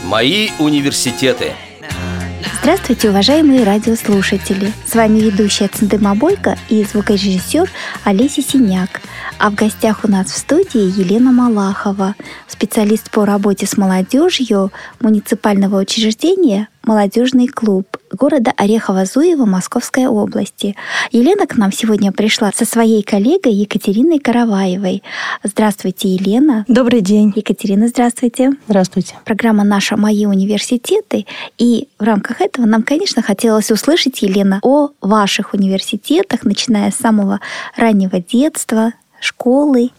Мои университеты. Здравствуйте, уважаемые радиослушатели! С вами ведущая Цендыма Бойко и звукорежиссер Олеся Синяк. А в гостях у нас в студии Елена Малахова, специалист по работе с молодежью муниципального учреждения «Молодежный клуб» города Орехово-Зуево Московской области. Елена к нам сегодня пришла со своей коллегой Екатериной Караваевой. Здравствуйте, Елена. Добрый день. Екатерина, здравствуйте. Здравствуйте. Программа наша «Мои университеты». И в рамках этого нам, конечно, хотелось услышать, Елена, о ваших университетах, начиная с самого раннего детства, школы.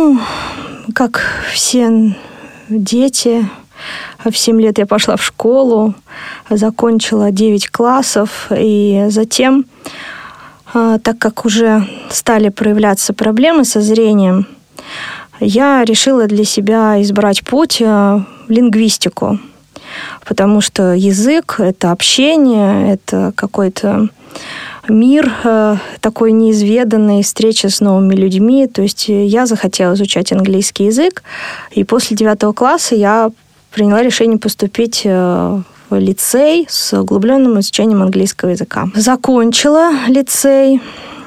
Как все дети, в 7 лет я пошла в школу, закончила 9 классов, и затем, так как уже стали проявляться проблемы со зрением, я решила для себя избрать путь в лингвистику, потому что язык — это общение, это какой-то мир такой неизведанный, встреча с новыми людьми. То есть я захотела изучать английский язык, и после 9 класса я приняла решение поступить в лицей с углубленным изучением английского языка. Закончила лицей,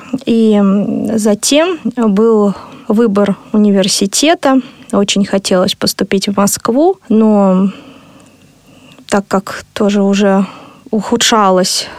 и затем был выбор университета. Очень хотелось поступить в Москву, но так как тоже уже ухудшалось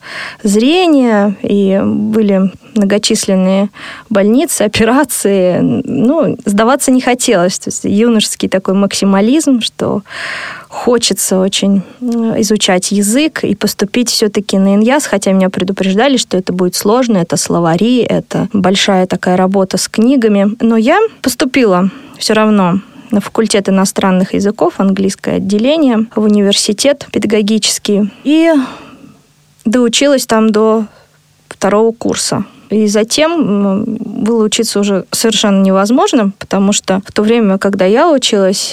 зрение, и были многочисленные больницы, операции, сдаваться не хотелось. То есть юношеский такой максимализм, что хочется очень изучать язык и поступить все-таки на ИНЯС, хотя меня предупреждали, что это будет сложно, это словари, это большая такая работа с книгами. Но я поступила все равно на факультет иностранных языков, английское отделение, в университет педагогический. И доучилась там до 2 курса. И затем было учиться уже совершенно невозможно, потому что в то время, когда я училась,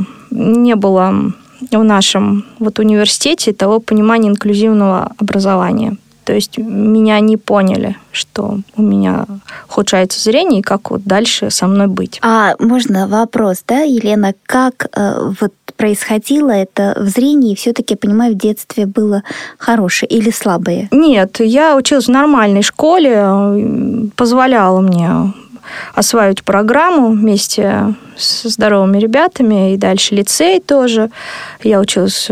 не было в нашем университете того понимания инклюзивного образования. То есть меня не поняли, что у меня ухудшается зрение, и как дальше со мной быть. А можно вопрос, Елена, как происходило это в зрении? Все-таки, я понимаю, в детстве было хорошее или слабое? Нет, я училась в нормальной школе, позволяла мне осваивать программу вместе со здоровыми ребятами, и дальше лицей тоже. Я училась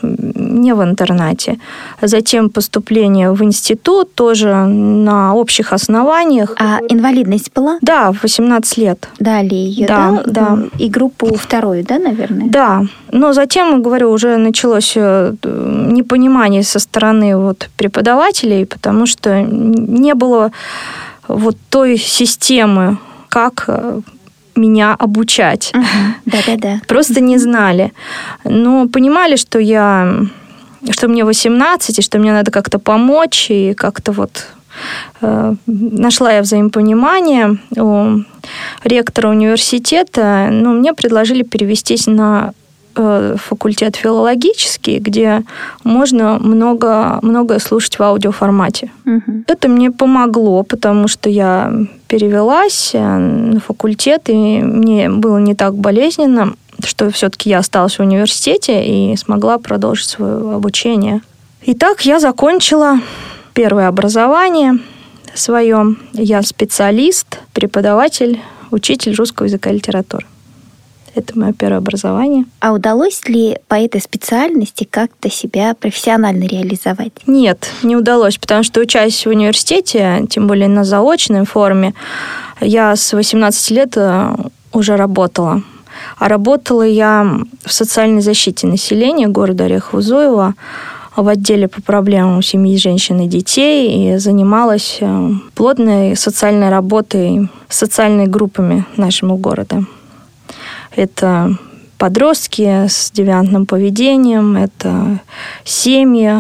не в интернате. Затем поступление в институт тоже на общих основаниях. А инвалидность была? Да, в 18 лет. Дали ее, да? И группу 2, наверное? Да. Но затем, говорю, уже началось непонимание со стороны преподавателей, потому что не было той системы, как меня обучать. Да. Просто не знали. Но понимали, что мне 18, и что мне надо как-то помочь, и как-то нашла я взаимопонимание у ректора университета. Мне предложили перевестись на факультет филологический, где можно многое слушать в аудиоформате. Это мне помогло, потому что я перевелась на факультет, и мне было не так болезненно, что все-таки я осталась в университете и смогла продолжить свое обучение. Итак, я закончила первое образование свое. Я специалист, преподаватель, учитель русского языка и литературы. Это мое первое образование. А удалось ли по этой специальности как-то себя профессионально реализовать? Нет, не удалось, потому что, учась в университете, тем более на заочной форме, я с 18 лет уже работала. А работала я в социальной защите населения города Орехово-Зуево в отделе по проблемам семьи, женщин и детей, и занималась плотной социальной работой с социальными группами нашего города. Это подростки с девиантным поведением, это семьи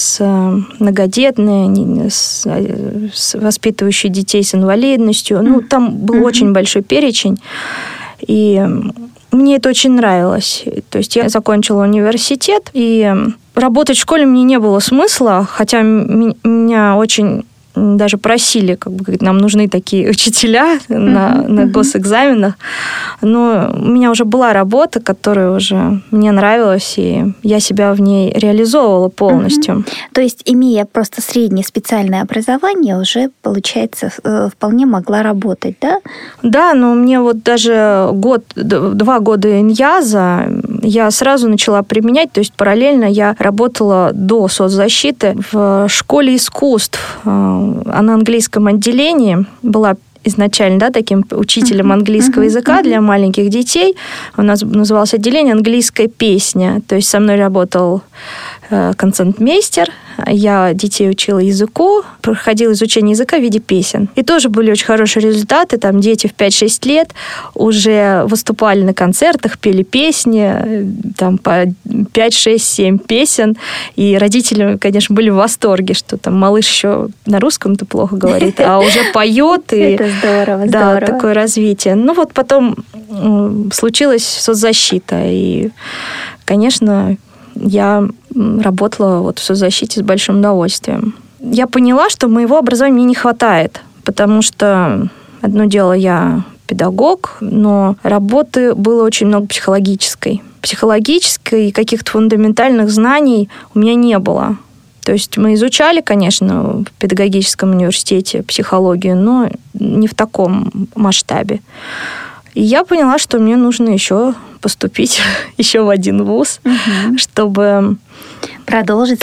многодетные, воспитывающие детей с инвалидностью. Там был очень большой перечень, и мне это очень нравилось. То есть я закончила университет, и работать в школе мне не было смысла, хотя меня очень даже просили, как бы, нам нужны такие учителя на госэкзаменах. Но у меня уже была работа, которая уже мне нравилась, и я себя в ней реализовывала полностью. То есть, имея просто среднее специальное образование, уже, получается, вполне могла работать, да? Да, но мне вот даже 2 года иньяза я сразу начала применять, то есть параллельно я работала до соцзащиты в школе искусств. А на английском отделении была изначально, да, таким учителем английского языка для маленьких детей. У нас называлось отделение «Английская песня». То есть со мной работал концертмейстер, я детей учила языку, проходила изучение языка в виде песен. И тоже были очень хорошие результаты. Там дети в 5-6 лет уже выступали на концертах, пели песни, там по 5, 6, 7 песен. И родители, конечно, были в восторге, что там малыш еще на русском-то плохо говорит, а уже поет. Это здорово, да, здорово. Такое развитие. Ну вот потом случилась соцзащита. И, конечно, я работала вот в соцзащите с большим удовольствием. Я поняла, что моего образования мне не хватает, потому что одно дело я педагог, но работы было очень много психологической. Психологической и каких-то фундаментальных знаний у меня не было. То есть мы изучали, конечно, в педагогическом университете психологию, но не в таком масштабе. И я поняла, что мне нужно еще поступить еще в один вуз, чтобы продолжить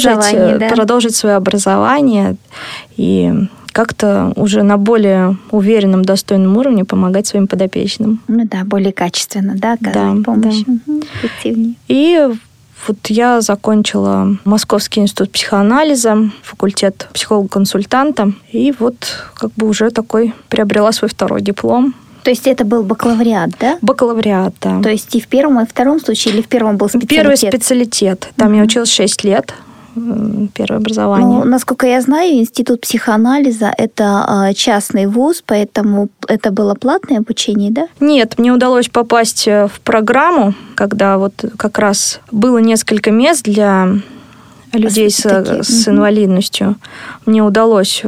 свое образование и как-то уже на более уверенном, достойном уровне помогать своим подопечным. Ну да, более качественно, да, оказывать помощь. Да. Эффективнее. И вот я закончила Московский институт психоанализа, факультет психолога-консультанта, и вот как бы уже такой приобрела свой 2-й диплом. То есть это был бакалавриат, да? Бакалавриат, да. То есть и в первом, и в втором случае, или в первом был специалитет? Первый специалитет. Там я училась 6 лет. Первое образование. Ну, насколько я знаю, институт психоанализа – это частный вуз, поэтому это было платное обучение, да? Нет, мне удалось попасть в программу, когда вот как раз было несколько мест для людей с инвалидностью. Мне удалось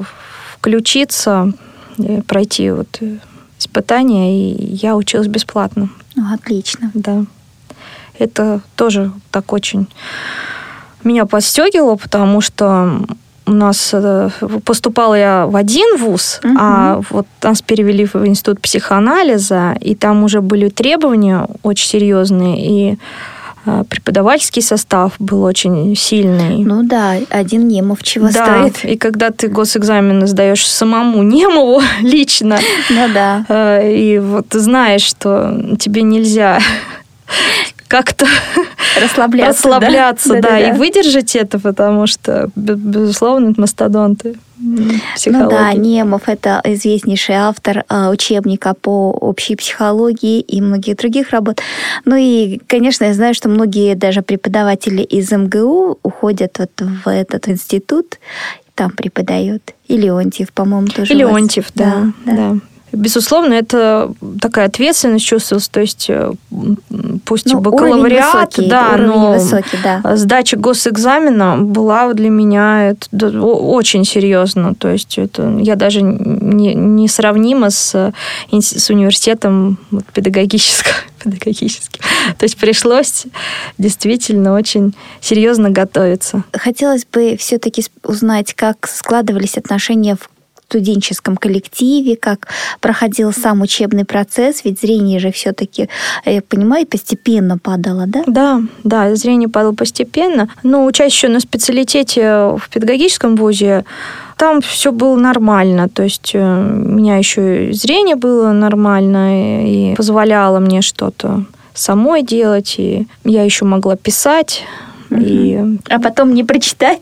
включиться, пройти вот испытания, и я училась бесплатно. Отлично. Да. Это тоже так очень меня подстегивало, потому что у нас поступала я в один вуз, а вот нас перевели в институт психоанализа, и там уже были требования очень серьезные, и преподавательский состав был очень сильный. Ну да, один Немов чего стоит. И когда ты госэкзамены сдаешь самому Немову лично, ну да. И вот знаешь, что тебе нельзя как-то расслабляться, да, и выдержать это, потому что, безусловно, это мастодонты психологии. Ну да, Немов – это известнейший автор учебника по общей психологии и многих других работ. Ну и, конечно, я знаю, что многие даже преподаватели из МГУ уходят вот в этот институт, там преподают. И Леонтьев, по-моему, тоже. И Леонтьев, да. Безусловно, это такая ответственность чувствовалась, то есть пусть и бакалавриат, но высокий, да. Сдача госэкзамена была для меня очень серьезно, то есть это я даже не сравнима с университетом педагогическим. То есть пришлось действительно очень серьезно готовиться. Хотелось бы все-таки узнать, как складывались отношения в студенческом коллективе, как проходил сам учебный процесс, ведь зрение же все-таки, я понимаю, постепенно падало, да? Да, зрение падало постепенно. Но учась еще на специалитете в педагогическом вузе, там все было нормально. То есть у меня еще и зрение было нормально и позволяло мне что-то самой делать, и я еще могла писать. А потом не прочитать.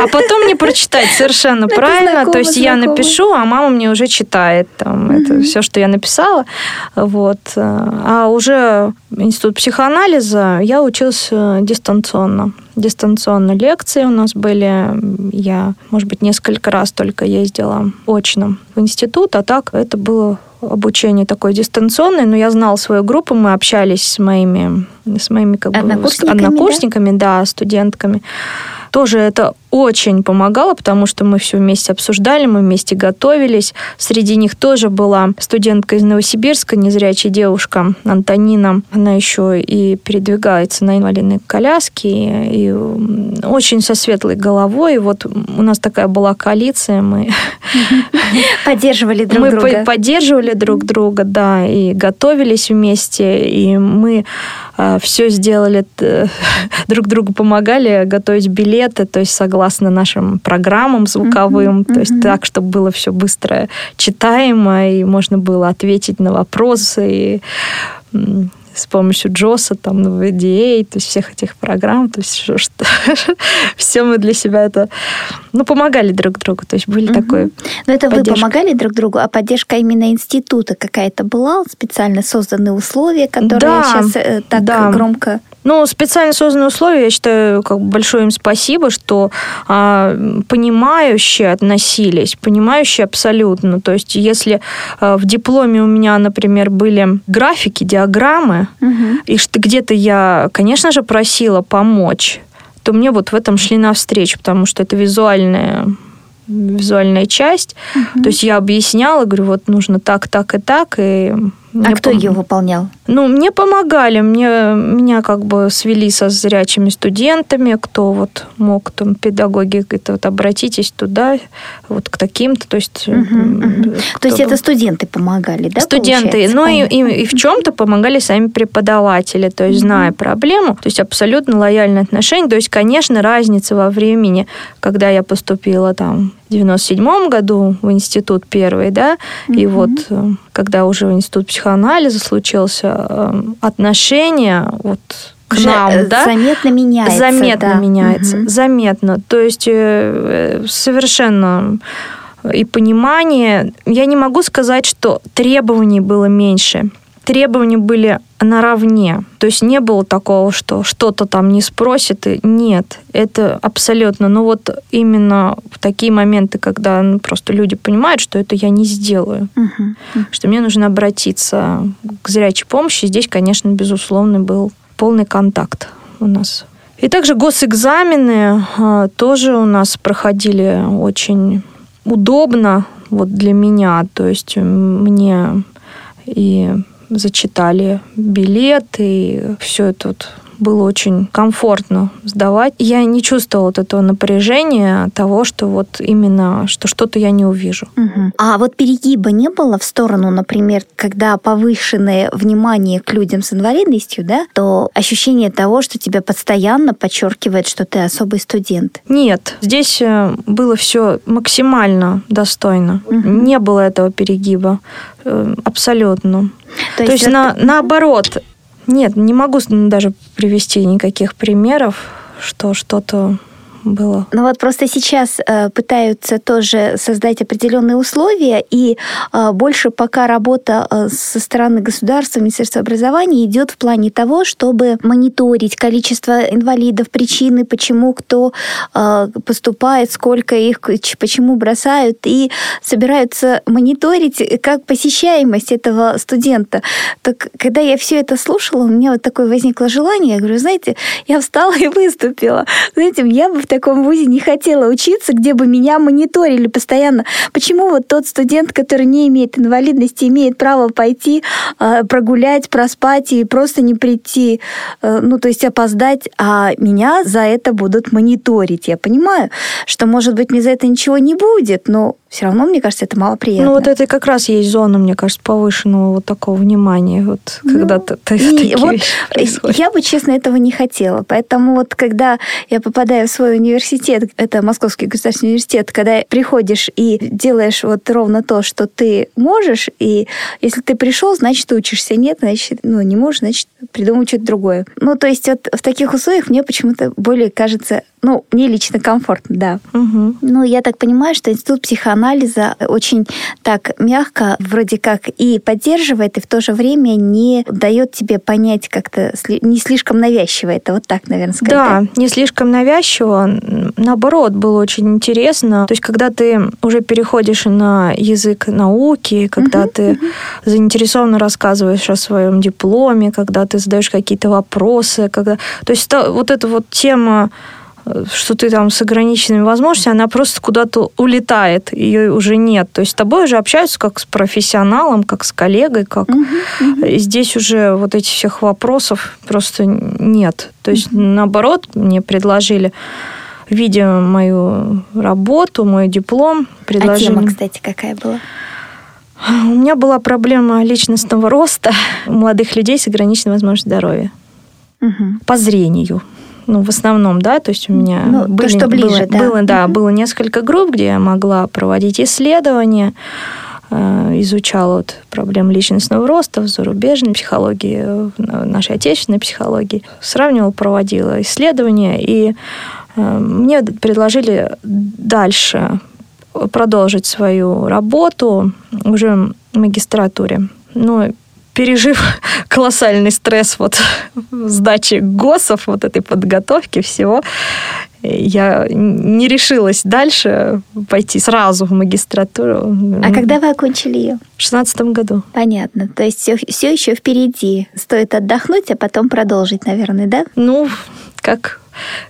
Совершенно правильно. То есть я напишу, а мама мне уже читает это все, что я написала. Вот. А уже институт психоанализа я училась дистанционно. Дистанционно лекции у нас были. Я, может быть, несколько раз только ездила очно в институт, а так это было обучение такое дистанционное, но я знала свою группу, мы общались с моими однокурсниками, да, студентками. Тоже это очень помогало, потому что мы все вместе обсуждали, мы вместе готовились. Среди них тоже была студентка из Новосибирска, незрячая девушка Антонина. Она еще и передвигается на инвалидной коляске, и очень со светлой головой. Вот у нас такая была коалиция, мы поддерживали друг друга. Мы поддерживали друг друга, да, и готовились вместе, и мы все сделали, друг другу помогали готовить билеты, то есть согласно нашим программам звуковым, то есть так, чтобы было все быстро читаемо, и можно было ответить на вопросы, и с помощью Джоса, там, VDA, то есть всех этих программ, то есть все мы для себя это, помогали друг другу, то есть были такой. Но это поддержка. Вы помогали друг другу, а поддержка именно института какая-то была, специально созданные условия, которые сейчас так громко... Специально созданные условия, я считаю, большое им спасибо, что понимающие относились, понимающие абсолютно. То есть, если в дипломе у меня, например, были графики, диаграммы, и что где-то я, конечно же, просила помочь, то мне вот в этом шли навстречу, потому что это визуальная часть. То есть я объясняла, говорю, вот нужно так, так и так. И кто ее выполнял? Мне помогали. Меня свели со зрячими студентами, кто вот мог, там, педагоги, говорят, вот обратитесь туда, вот к таким-то. То есть, то есть это студенты помогали, да? Студенты. И в чем-то помогали сами преподаватели, то есть, зная проблему, то есть абсолютно лояльное отношение. То есть, конечно, разница во времени, когда я поступила там в 97 году в институт первый, да, и вот когда уже в институт психоанализа случился, отношение вот к нам, да, заметно меняется. Заметно. То есть совершенно и понимание. Я не могу сказать, что требований было меньше. Требования были наравне. То есть не было такого, что что-то там не спросит. Нет, это абсолютно. Именно в такие моменты, когда просто люди понимают, что это я не сделаю, что мне нужно обратиться к зрячей помощи. Здесь, конечно, безусловно, был полный контакт у нас. И также госэкзамены тоже у нас проходили очень удобно для меня. То есть мне и зачитали билет, и все это было очень комфортно сдавать. Я не чувствовала этого напряжения, того, что именно, что что-то я не увижу. А перегиба не было в сторону, например, когда повышенное внимание к людям с инвалидностью, да, то ощущение того, что тебя постоянно подчеркивает, что ты особый студент? Нет, здесь было все максимально достойно. Не было этого перегиба. Абсолютно. То есть наоборот. Нет, не могу даже привести никаких примеров, что что-то было. Просто сейчас пытаются тоже создать определенные условия, и больше пока работа со стороны государства, Министерства образования идет в плане того, чтобы мониторить количество инвалидов, причины, почему кто поступает, сколько их, почему бросают, и собираются мониторить как посещаемость этого студента. Так когда я все это слушала, у меня такое возникло желание, я говорю, знаете, я встала и выступила. Знаете, я бы в таком вузе не хотела учиться, где бы меня мониторили постоянно. Почему тот студент, который не имеет инвалидности, имеет право пойти прогулять, проспать и просто не прийти, то есть опоздать, а меня за это будут мониторить. Я понимаю, что, может быть, мне за это ничего не будет, но все равно, мне кажется, это малоприятно. Это как раз есть зона, мне кажется, повышенного такого внимания, когда такие вещи происходят. Я бы, честно, этого не хотела. Поэтому когда я попадаю в свой университет, это Московский государственный университет, когда приходишь и делаешь ровно то, что ты можешь, и если ты пришел, значит, ты учишься. Нет, значит, не можешь, значит, придумай что-то другое. То есть в таких условиях мне почему-то более кажется, мне лично комфортно, да. Я так понимаю, что институт психоанализа очень так мягко вроде как и поддерживает, и в то же время не дает тебе понять как-то, не слишком навязчиво. Это вот так, наверное, сказать. Да, не слишком навязчиво. Наоборот, было очень интересно. То есть, когда ты уже переходишь на язык науки, когда ты заинтересованно рассказываешь о своем дипломе, когда ты задаешь какие-то вопросы, То есть, эта тема что ты там с ограниченными возможностями, она просто куда-то улетает, ее уже нет. То есть с тобой уже общаются как с профессионалом, как с коллегой, как... Здесь уже вот этих всех вопросов просто нет. То есть, наоборот, мне предложили, видя мою работу, мой диплом, предложили... А тема, кстати, какая была? У меня была проблема личностного роста молодых людей с ограниченной возможностью здоровья. По зрению. Ну, в основном, да, то есть у меня было несколько групп, где я могла проводить исследования, изучала вот проблемы личностного роста в зарубежной психологии, в нашей отечественной психологии. Сравнивала, проводила исследования, и мне предложили дальше продолжить свою работу уже в магистратуре. Но пережив колоссальный стресс вот сдачи ГОСов, вот этой подготовки всего, я не решилась дальше пойти сразу в магистратуру. А когда вы окончили ее? В 2016 году. Понятно. То есть все еще впереди. Стоит отдохнуть, а потом продолжить, наверное, да? Ну, как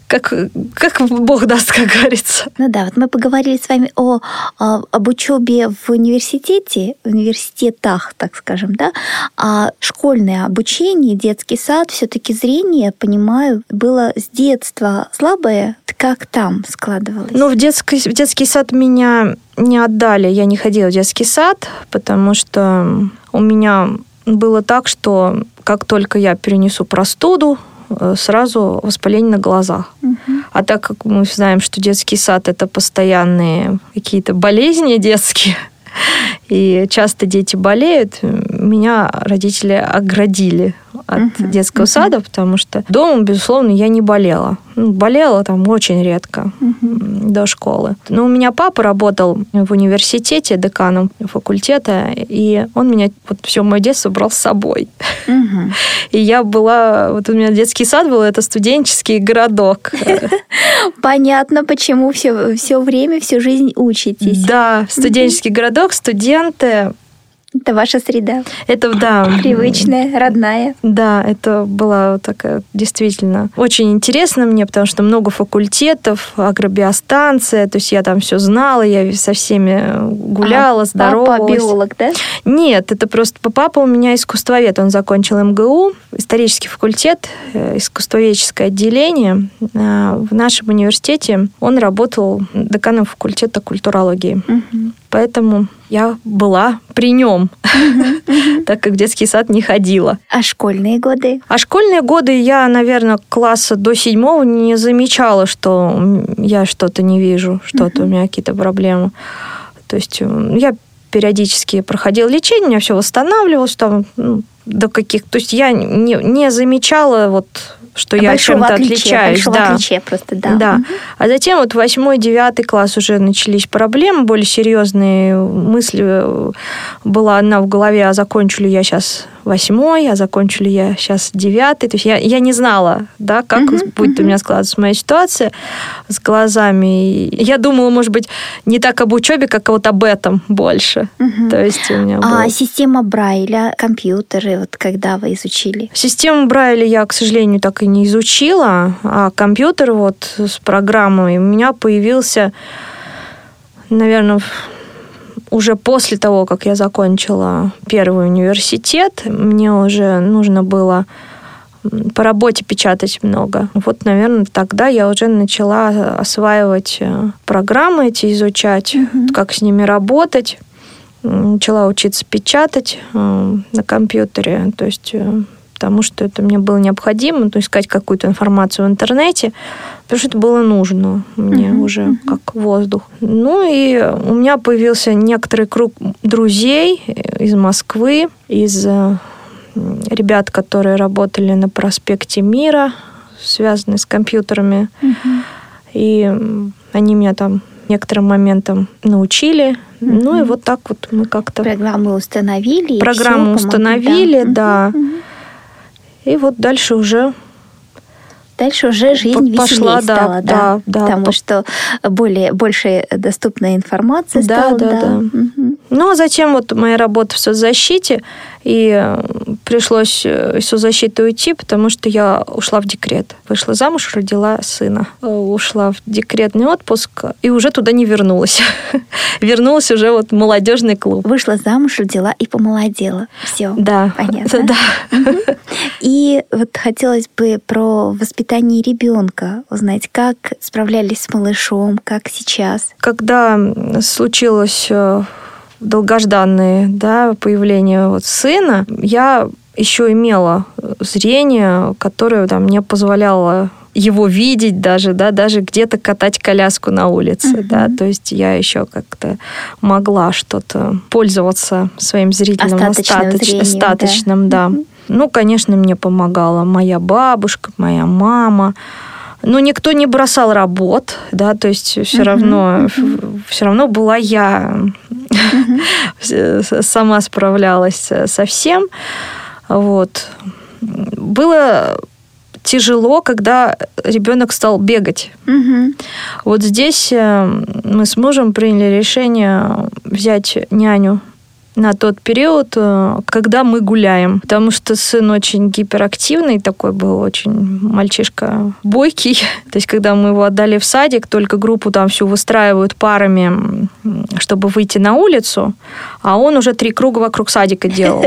Бог даст, как говорится. Ну да, вот мы поговорили с вами об учебе в университете, в университетах, так скажем, да, а школьное обучение, детский сад, все-таки зрение, понимаю, было с детства слабое. Как там складывалось? Ну, в детский сад меня не отдали, я не ходила в детский сад, потому что у меня было так, что как только я перенесу простуду, сразу воспаление на глазах. А так как мы знаем, что детский сад – это постоянные какие-то болезни детские, и часто дети болеют, меня родители оградили от детского сада, потому что дома, безусловно, я не болела. Болела там очень редко до школы. Но у меня папа работал в университете деканом факультета, и он меня вот все мое детство брал с собой. И я была... Вот у меня детский сад был, это студенческий городок. Понятно, почему все время, всю жизнь учитесь. Да, студенческий городок, студенты... Это ваша среда. Это, да. Привычная, родная. Да, это была такая действительно очень интересно мне, потому что много факультетов, агробиостанция, то есть я там все знала, я со всеми гуляла, здоровалась. Папа биолог, да? Нет, это просто папа у меня искусствовед, он закончил МГУ, исторический факультет, искусствоведческое отделение. В нашем университете он работал деканом факультета культурологии. Поэтому я была при нем, так как в детский сад не ходила. А школьные годы? А школьные годы я, наверное, класса до 7 не замечала, что я что-то не вижу, что-то у меня какие-то проблемы. То есть я периодически проходила лечение, у меня все восстанавливалось там, до каких... То есть я не замечала вот... что я чем-то отличаюсь. Отличия просто, да. Да. А затем вот 8-9 класс уже начались проблемы, более серьезные мысли. Была одна в голове, а закончу ли я сейчас 8, а закончу ли я сейчас 9. То есть я не знала, да, как будет у меня складываться моя ситуация с глазами. И я думала, может быть, не так об учебе, как вот об этом больше. То есть у меня было... А система Брайля, компьютеры, вот когда вы изучили? Систему Брайля я, к сожалению, так и не изучила, а компьютер вот с программой у меня появился, наверное, уже после того, как я закончила первый университет. Мне уже нужно было по работе печатать много. Вот, наверное, тогда я уже начала осваивать программы эти, изучать, как с ними работать. Начала учиться печатать на компьютере, то есть... потому что это мне было необходимо, то искать какую-то информацию в интернете, потому что это было нужно мне уже как воздух. Ну и у меня появился некоторый круг друзей из Москвы, из ребят, которые работали на проспекте Мира, связанные с компьютерами. И они меня там некоторым моментам научили. Ну и вот так вот мы как-то... Программу установили. Программу установили, да. И вот дальше уже жизнь пошла, веселее стала, да, потому что больше доступная информация стала. Да. Ну, а затем вот моя работа в соцзащите, и пришлось из соцзащиты уйти, потому что я ушла в декрет. Вышла замуж, родила сына. Ушла в декретный отпуск и уже туда не вернулась. Вернулась уже вот в молодежный клуб. Вышла замуж, родила и помолодела. Все, да, понятно. Да. И вот хотелось бы про воспитание ребенка узнать, как справлялись с малышом, как сейчас. Когда случилось долгожданное, появление вот сына, я еще имела зрение, которое мне позволяло его видеть даже где-то катать коляску на улице, то есть я еще как-то могла что-то пользоваться своим зрительным остаточным, да. Ну, конечно, мне помогала моя бабушка, моя мама. Но никто не бросал работ, то есть все равно была я, сама справлялась со всем. Вот. Было тяжело, когда ребенок стал бегать. Вот здесь мы с мужем приняли решение взять няню на тот период, когда мы гуляем. Потому что сын очень гиперактивный такой был, очень мальчишка бойкий. То есть, когда мы его отдали в садик, только группу там всю выстраивают парами, чтобы выйти на улицу, а он уже 3 круга вокруг садика делал.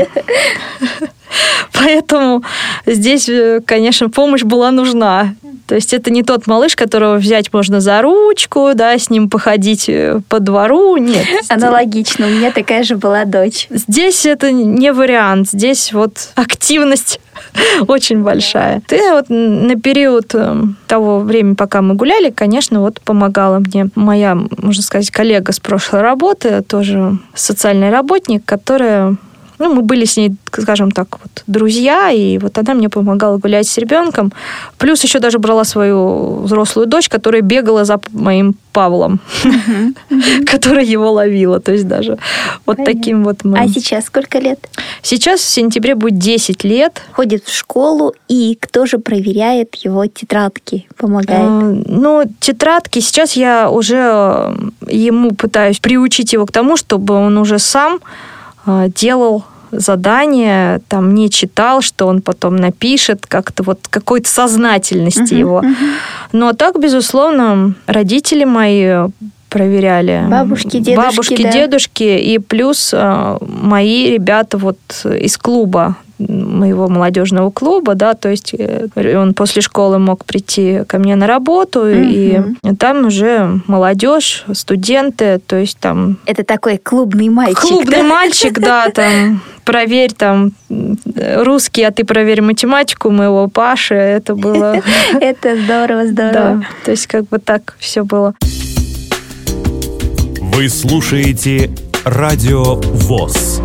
Поэтому здесь, конечно, помощь была нужна. То есть это не тот малыш, которого взять можно за ручку, с ним походить по двору. Нет. Аналогично. У меня такая же была дочь. Здесь это не вариант. Здесь вот активность очень большая. Ты вот на период того времени, пока мы гуляли, конечно, вот помогала мне моя, можно сказать, коллега с прошлой работы, тоже социальный работник, которая... мы были с ней, скажем так, вот друзья, и вот она мне помогала гулять с ребенком. Плюс еще даже брала свою взрослую дочь, которая бегала за моим Павлом, которая его ловила. То есть даже вот таким вот мы... А сейчас сколько лет? Сейчас в сентябре будет 10 лет. Ходит в школу, и кто же проверяет его тетрадки, помогает? Тетрадки сейчас я уже ему пытаюсь приучить его к тому, чтобы он уже сам делал задание, не читал, что он потом напишет, как-то вот какой-то сознательности его. Но так, безусловно, родители мои проверяли. Бабушки, дедушки, и плюс мои ребята вот из клуба, моего молодежного клуба, то есть он после школы мог прийти ко мне на работу, и там уже молодежь, студенты, то есть там... Это такой клубный мальчик. Клубный мальчик, там, проверь там русский, а ты проверь математику моего Паши, это было... Это здорово. Да, то есть как бы так все было. Вы слушаете Радио ВОС.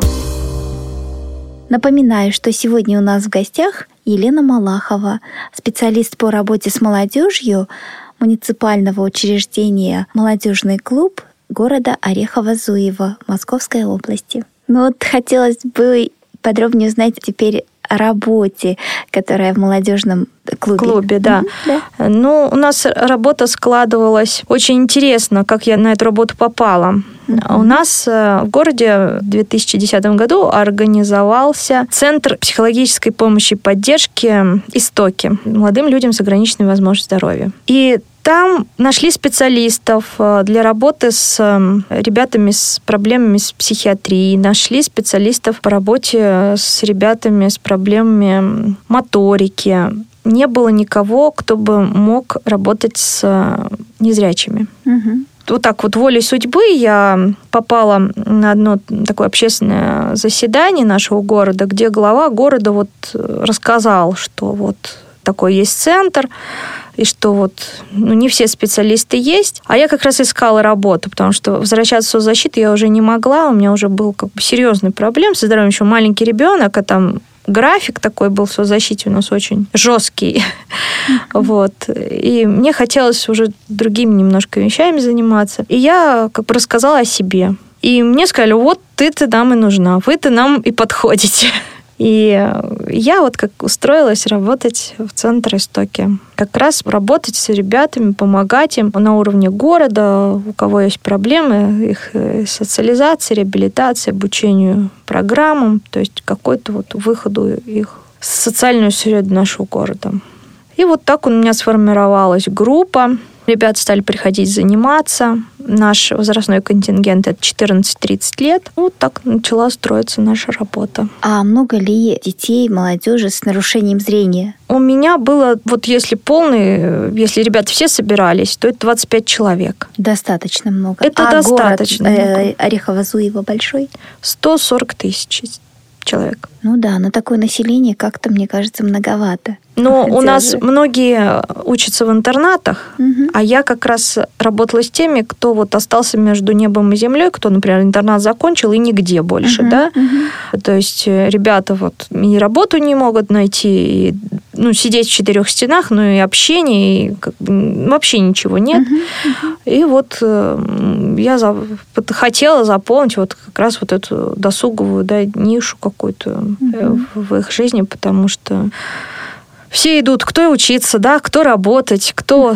Напоминаю, что сегодня у нас в гостях Елена Малахова, специалист по работе с молодежью муниципального учреждения «Молодежный клуб» города Орехово-Зуево Московской области. Хотелось бы подробнее узнать теперь о работе, которая в молодежном клубе. Да. У нас работа складывалась очень интересно, как я на эту работу попала. У нас в городе в 2010 году организовался Центр психологической помощи и поддержки «Истоки» молодым людям с ограниченными возможностями здоровья. И там нашли специалистов для работы с ребятами с проблемами с психиатрией, нашли специалистов по работе с ребятами с проблемами моторики. Не было никого, кто бы мог работать с незрячими. Вот так вот волей судьбы я попала на одно такое общественное заседание нашего города, где глава города вот рассказал, что вот такой есть центр, и что вот не все специалисты есть. А я как раз искала работу, потому что возвращаться в соцзащиту я уже не могла, у меня уже был серьезный проблем со здоровьем, еще маленький ребенок, а там график такой был в соцзащите у нас очень жесткий. Вот. И мне хотелось уже другими немножко вещами заниматься. И я рассказала о себе. И мне сказали, вот ты-то нам и нужна, вы-то нам и подходите. И я вот как устроилась работать в Центр Истоки. Как раз работать с ребятами, помогать им на уровне города, у кого есть проблемы, их социализации, реабилитации, обучению программам, то есть какой-то вот выходу их в социальную среду нашего города. И вот так у меня сформировалась группа. Ребята стали приходить заниматься. Наш возрастной контингент – это 14-30 лет. Вот так начала строиться наша работа. А много ли детей, молодежи с нарушением зрения? У меня было, вот если если ребята все собирались, то это 25 человек. Достаточно много. Это достаточно город Орехово-Зуево большой? 140 тысяч человек. Ну да, на такое население как-то, мне кажется, многовато. Но у нас многие учатся в интернатах, а я как раз работала с теми, кто вот остался между небом и землей, кто, например, интернат закончил и нигде больше, да? То есть ребята вот и работу не могут найти, и, сидеть в четырех стенах, и общение, и вообще ничего нет. И вот я хотела заполнить вот как раз вот эту досуговую, да, нишу какую-то в их жизни, потому что все идут, кто учиться, да, кто работать,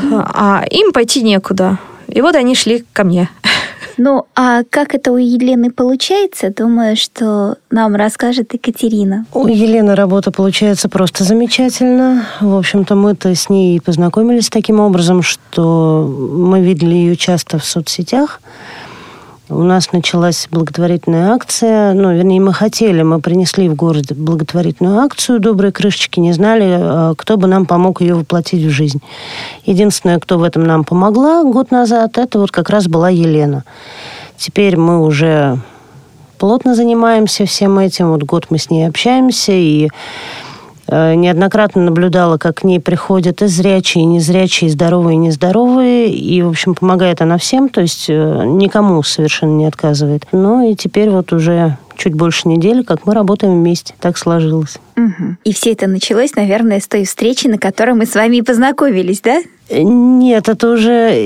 а им пойти некуда. И вот они шли ко мне. Ну, а как это у Елены получается, думаю, что нам расскажет Екатерина. У Елены работа получается просто замечательно. В общем-то, мы-то с ней познакомились таким образом, что мы видели ее часто в соцсетях. У нас началась благотворительная акция, мы принесли в город благотворительную акцию «Добрые крышечки», не знали, кто бы нам помог ее воплотить в жизнь. Единственное, кто в этом нам помогла год назад, это вот как раз была Елена. Теперь мы уже плотно занимаемся всем этим, вот год мы с ней общаемся, и неоднократно наблюдала, как к ней приходят и зрячие, и незрячие, и здоровые, и нездоровые. И, в общем, помогает она всем, то есть никому совершенно не отказывает. И теперь вот уже чуть больше недели, как мы работаем вместе. Так сложилось. Угу. И все это началось, наверное, с той встречи, на которой мы с вами познакомились, да? Нет, это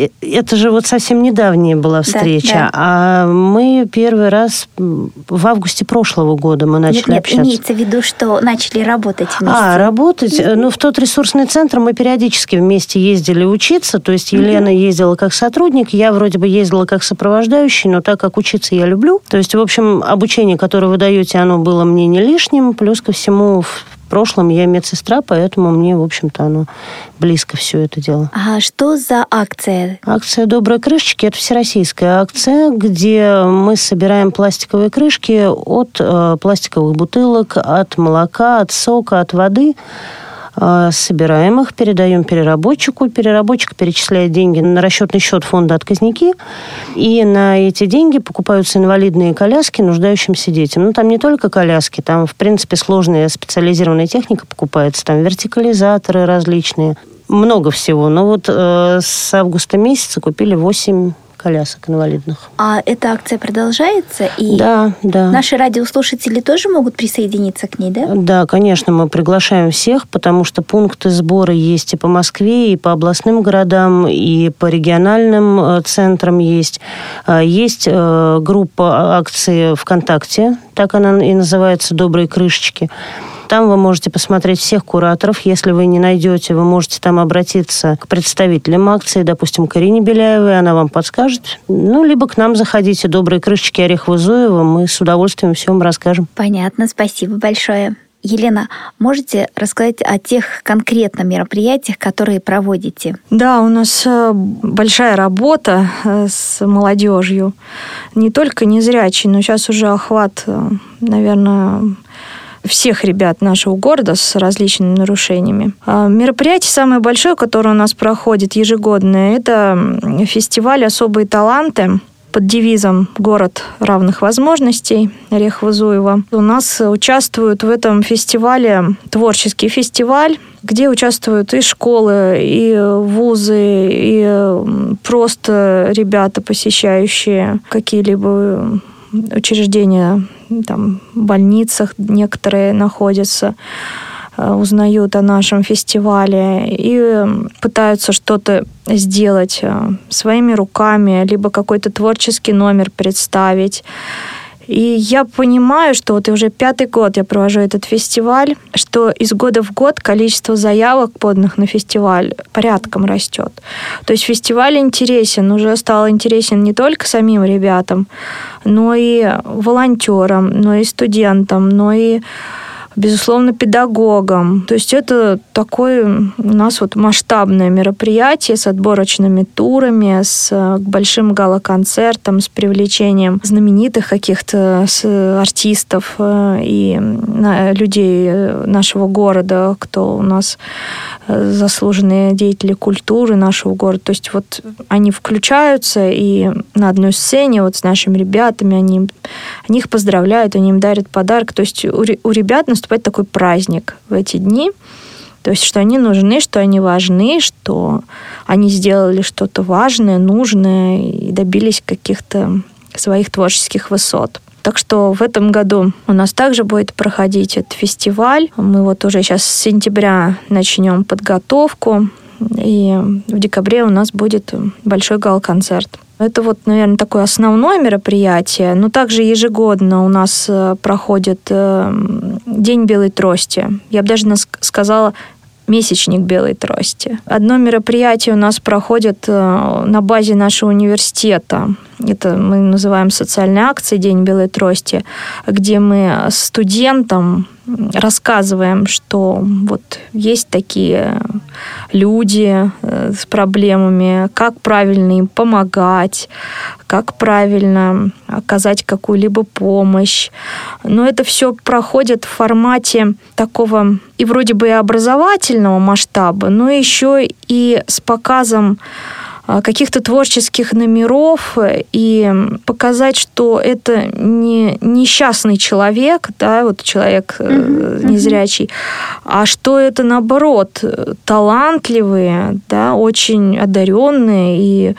же вот совсем недавняя была встреча. Да. А мы первый раз в августе прошлого года мы начали общаться. Нет, имеется в виду, что начали работать вместе. Работать? В тот ресурсный центр мы периодически вместе ездили учиться. То есть Елена ездила как сотрудник, я вроде бы ездила как сопровождающий, но так как учиться я люблю. То есть, в общем, обучение, которое вы даете, оно было мне не лишним. Плюс ко всему, в прошлом я медсестра, поэтому мне, в общем-то, оно близко все это дело. А что за акция? Акция «Добрые крышечки» – это всероссийская акция, где мы собираем пластиковые крышки от пластиковых бутылок, от молока, от сока, от воды. Собираем их, передаем переработчику. Переработчик перечисляет деньги на расчетный счет фонда «Отказники». И на эти деньги покупаются инвалидные коляски нуждающимся детям. Там не только коляски, там, в принципе, сложная специализированная техника покупается. Там вертикализаторы различные. Много всего. Но вот с августа месяца купили 8 колясок инвалидных. А эта акция продолжается? И да. Наши радиослушатели тоже могут присоединиться к ней, да? Да, конечно, мы приглашаем всех, потому что пункты сбора есть и по Москве, и по областным городам, и по региональным центрам есть. Есть группа акций ВКонтакте, так она и называется «Добрые крышечки». Там вы можете посмотреть всех кураторов. Если вы не найдете, вы можете там обратиться к представителям акции, допустим, к Ирине Беляевой, она вам подскажет. Либо к нам заходите, «Добрые крышечки» Орехово-Зуево, мы с удовольствием все вам расскажем. Понятно, спасибо большое. Елена, можете рассказать о тех конкретных мероприятиях, которые проводите? Да, у нас большая работа с молодежью. Не только незрячие, но сейчас уже охват, наверное, всех ребят нашего города с различными нарушениями. Мероприятие самое большое, которое у нас проходит ежегодное, это фестиваль «Особые таланты» под девизом «Город равных возможностей» Орехово-Зуево. У нас участвуют в этом фестивале творческий фестиваль, где участвуют и школы, и вузы, и просто ребята, посещающие какие-либо учреждения, там, в больницах некоторые находятся, узнают о нашем фестивале и пытаются что-то сделать своими руками, либо какой-то творческий номер представить. И я понимаю, что вот уже 5-й год я провожу этот фестиваль, что из года в год количество заявок, поданных на фестиваль, порядком растет. То есть фестиваль интересен, уже стал интересен не только самим ребятам, но и волонтерам, но и студентам, но и, безусловно, педагогам. То есть это такое у нас вот масштабное мероприятие с отборочными турами, с большим гала-концертом, с привлечением знаменитых каких-то артистов и людей нашего города, кто у нас заслуженные деятели культуры нашего города. То есть вот они включаются и на одной сцене вот с нашими ребятами, они их поздравляют, они им дарят подарок. То есть у ребят наступает такой праздник в эти дни. То есть что они нужны, что они важны, что они сделали что-то важное, нужное и добились каких-то своих творческих высот. Так что в этом году у нас также будет проходить этот фестиваль. Мы вот уже сейчас с сентября начнем подготовку, и в декабре у нас будет большой гала-концерт. Это вот, наверное, такое основное мероприятие, но также ежегодно у нас проходит День белой трости. Я бы даже сказала, месячник белой трости. Одно мероприятие у нас проходит на базе нашего университета. Это мы называем социальной акцией «День белой трости», где мы студентам рассказываем, что вот есть такие люди с проблемами, как правильно им помогать, как правильно оказать какую-либо помощь. Но это все проходит в формате такого и вроде бы и образовательного масштаба, но еще и с показом каких-то творческих номеров и показать, что это не несчастный человек, да, вот человек незрячий, а что это, наоборот, талантливые, да, очень одаренные и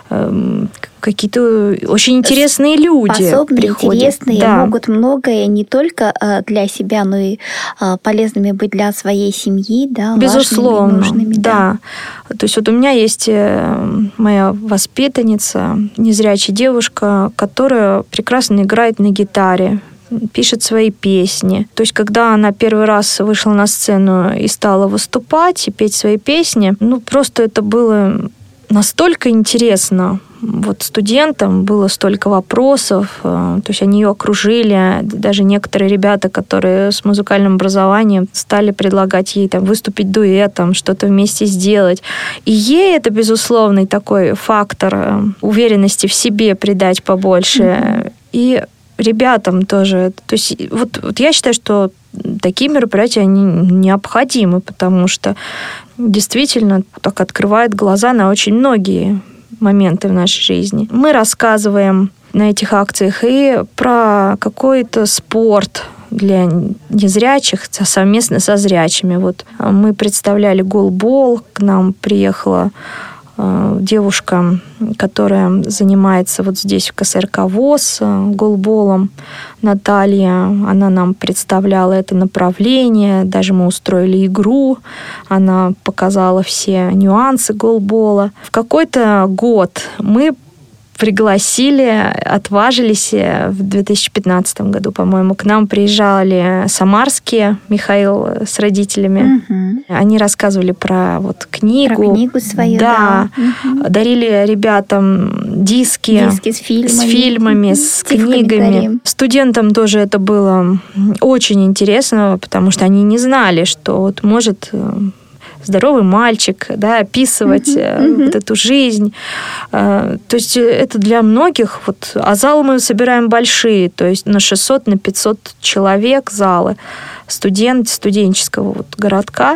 какие-то очень интересные люди. Способные, приходят. интересные, да. Могут многое не только для себя, но и полезными быть для своей семьи, да, Безусловно, важными, нужными. да. То есть вот у меня есть моя воспитанница, незрячая девушка, которая прекрасно играет на гитаре, пишет свои песни. То есть, когда она первый раз вышла на сцену и стала выступать и петь свои песни, просто это было настолько интересно. Вот студентам было столько вопросов, то есть они ее окружили, даже некоторые ребята, которые с музыкальным образованием, стали предлагать ей там выступить дуэтом, что-то вместе сделать. И ей это, безусловный такой фактор уверенности в себе придать побольше. И ребятам тоже. То есть вот я считаю, что такие мероприятия, они необходимы, потому что действительно так открывает глаза на очень многие моменты в нашей жизни. Мы рассказываем на этих акциях и про какой-то спорт для незрячих совместно со зрячими. Вот мы представляли голбол, к нам приехала девушка, которая занимается вот здесь в КСРК ВОС голболом, Наталья. Она нам представляла это направление, даже мы устроили игру, она показала все нюансы голбола. В какой-то год мы пригласили, отважились в 2015 году, по-моему, к нам приезжали самарские, Михаил с родителями. Угу. Они рассказывали про вот книгу. Про книгу свою, да. Угу. Дарили ребятам диски с фильмами, с книгами. Студентам тоже это было очень интересно, потому что они не знали, что вот может здоровый мальчик, да, описывать вот эту жизнь. То есть это для многих, вот, а залы мы собираем большие, то есть на 600, на 500 человек залы студенческого вот городка.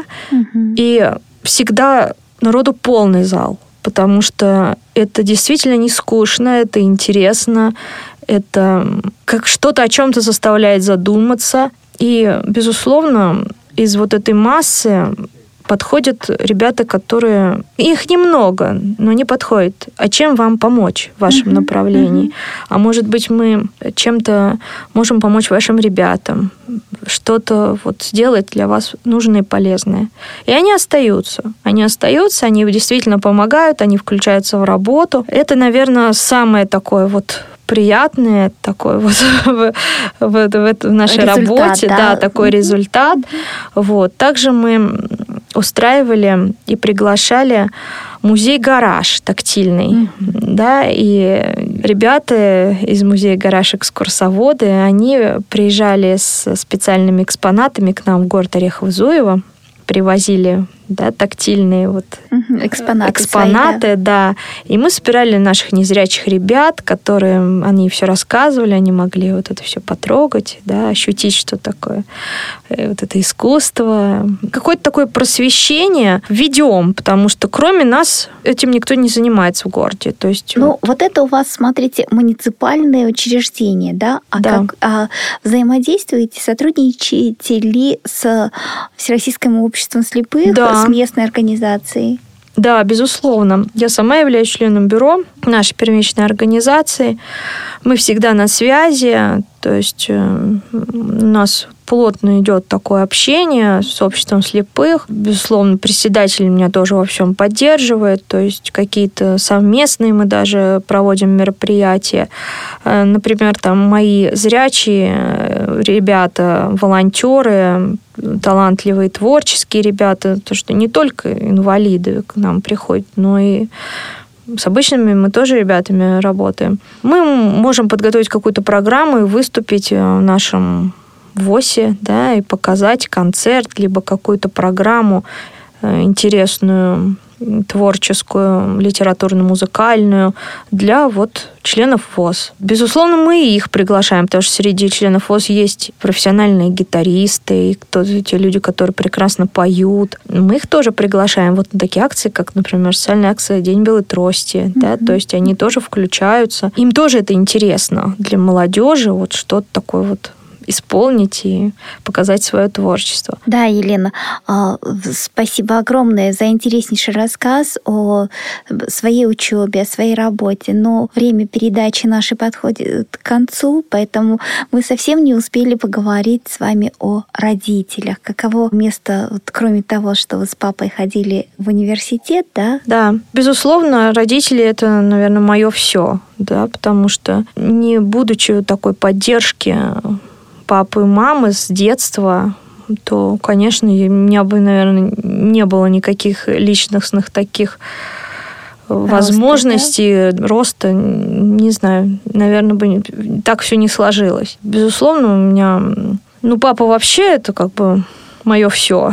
И всегда народу полный зал, потому что это действительно не скучно, это интересно, это как что-то о чем-то заставляет задуматься. И, безусловно, из вот этой массы подходят ребята, которые... Их немного, но они подходят. А чем вам помочь в вашем направлении? А может быть, мы чем-то можем помочь вашим ребятам, что-то вот сделать для вас нужное и полезное. И они остаются. Они действительно помогают, они включаются в работу. Это, наверное, самое такое вот приятный такой вот в нашей работе, да, такой результат. Вот. Также мы устраивали и приглашали музей-гараж тактильный, да, и ребята из музея-гараж экскурсоводы, они приезжали с специальными экспонатами к нам в город Орехово-Зуево, привозили, да, тактильные вот экспонаты свои, да. И мы собирали наших незрячих ребят, которым они все рассказывали, они могли вот это все потрогать, да, ощутить, что такое вот это искусство. Какое-то такое просвещение ведем, потому что кроме нас этим никто не занимается в городе. То есть, вот это у вас, смотрите, муниципальное учреждение, да? Как взаимодействуете, сотрудничаете ли с Всероссийским обществом слепых, с местной организацией? Да, безусловно. Я сама являюсь членом бюро нашей первичной организации. Мы всегда на связи, то есть у нас плотно идет такое общение с обществом слепых. Безусловно, председатель меня тоже во всем поддерживает, то есть какие-то совместные мы даже проводим мероприятия. Например, там мои зрячие ребята, волонтеры, талантливые, творческие ребята, то что не только инвалиды к нам приходят, но и с обычными мы тоже ребятами работаем. Мы можем подготовить какую-то программу и выступить в нашем ВОСе, да, и показать концерт, либо какую-то программу интересную, творческую, литературно-музыкальную для вот членов ВОС. Безусловно, мы их приглашаем, потому что среди членов ВОС есть профессиональные гитаристы, и те люди, которые прекрасно поют. Мы их тоже приглашаем вот на такие акции, как, например, социальная акция «День белой трости». Да, то есть они тоже включаются. Им тоже это интересно для молодежи, вот что-то такое вот исполнить и показать свое творчество. Да, Елена, спасибо огромное за интереснейший рассказ о своей учебе, о своей работе. Но время передачи нашей подходит к концу, поэтому мы совсем не успели поговорить с вами о родителях. Каково место, вот, кроме того, что вы с папой ходили в университет, да? Да, безусловно, родители — это, наверное, мое все, да, потому что не будучи такой поддержки папы и мамы с детства, то, конечно, у меня бы, наверное, не было никаких личностных таких возможностей, роста, не знаю, наверное, бы так все не сложилось. Безусловно, у меня, папа вообще это как бы мое все.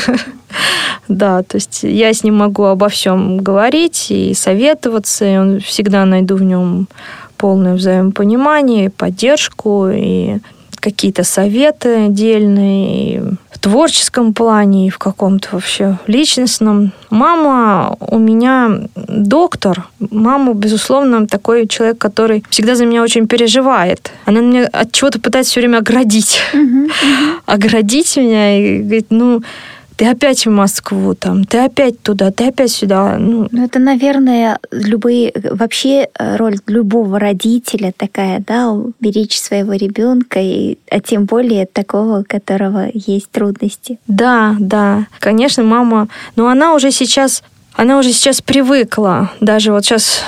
Да, то есть я с ним могу обо всем говорить и советоваться, и он всегда найду в нем полное взаимопонимание, поддержку и какие-то советы отдельные, и в творческом плане, и в каком-то вообще личностном. Мама у меня доктор. Мама, безусловно, такой человек, который всегда за меня очень переживает. Она меня от чего-то пытается все время оградить. Оградить меня и говорит, ты опять в Москву, ты опять туда, ты опять сюда. Это, наверное, вообще роль любого родителя такая, да, беречь своего ребенка, а тем более такого, у которого есть трудности. Да. Конечно, мама, но она уже сейчас привыкла. Даже вот сейчас,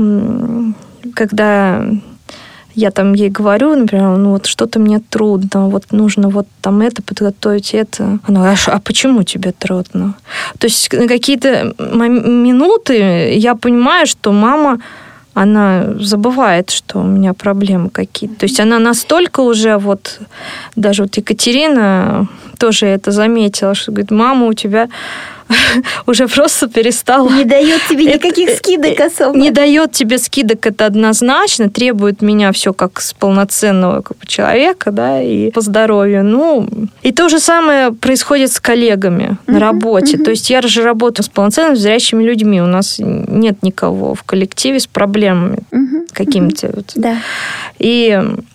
когда я ей говорю, например, что-то мне трудно, нужно это подготовить, это. Она говорит, а почему тебе трудно? То есть на какие-то минуты я понимаю, что мама, она забывает, что у меня проблемы какие-то. То есть она настолько уже даже Екатерина тоже это заметила, что говорит, мама, у тебя уже просто перестала... Не дает тебе никаких скидок особо. Не дает тебе скидок, это однозначно, требует меня все как с полноценного человека, да, и по здоровью. И то же самое происходит с коллегами на работе. То есть я же работаю с полноценно зрячими людьми. У нас нет никого в коллективе с проблемами какими-то. Да. И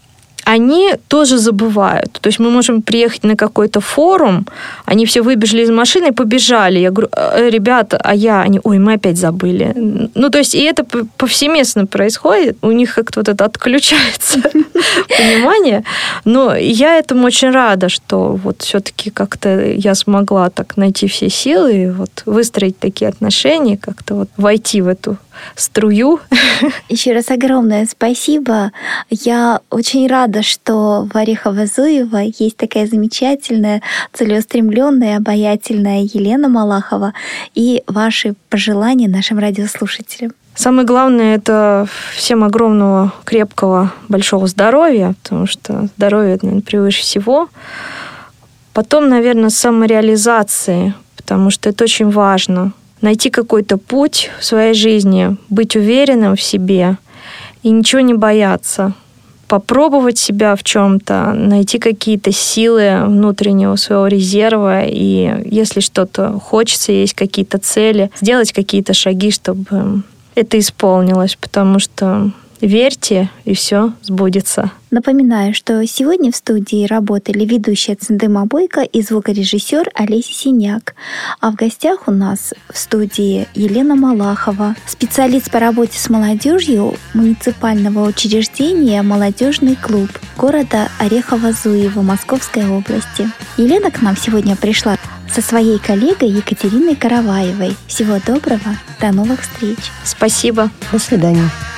они тоже забывают. То есть мы можем приехать на какой-то форум, они все выбежали из машины и побежали. Я говорю: ребята, они, мы опять забыли. Ну, то есть и это повсеместно происходит. У них как-то вот это отключается понимание. Но я этому очень рада, что вот все-таки как-то я смогла так найти все силы и вот выстроить такие отношения, как-то вот войти в эту струю. Еще раз огромное спасибо. Я очень рада, что в Орехово-Зуево есть такая замечательная, целеустремленная, обаятельная Елена Малахова, и ваши пожелания нашим радиослушателям. Самое главное — это всем огромного, крепкого, большого здоровья, потому что здоровье — это, наверное, превыше всего. Потом, наверное, самореализации, потому что это очень важно. Найти какой-то путь в своей жизни, быть уверенным в себе и ничего не бояться. Попробовать себя в чем-то, найти какие-то силы внутреннего своего резерва, и если что-то хочется, есть какие-то цели, сделать какие-то шаги, чтобы это исполнилось, потому что верьте, и все сбудется. Напоминаю, что сегодня в студии работали ведущая Цндыма Бойко и звукорежиссер Олеся Синяк. А в гостях у нас в студии Елена Малахова, специалист по работе с молодежью муниципального учреждения «Молодежный клуб» города Орехово-Зуево Московской области. Елена к нам сегодня пришла со своей коллегой Екатериной Караваевой. Всего доброго, до новых встреч. Спасибо. До свидания.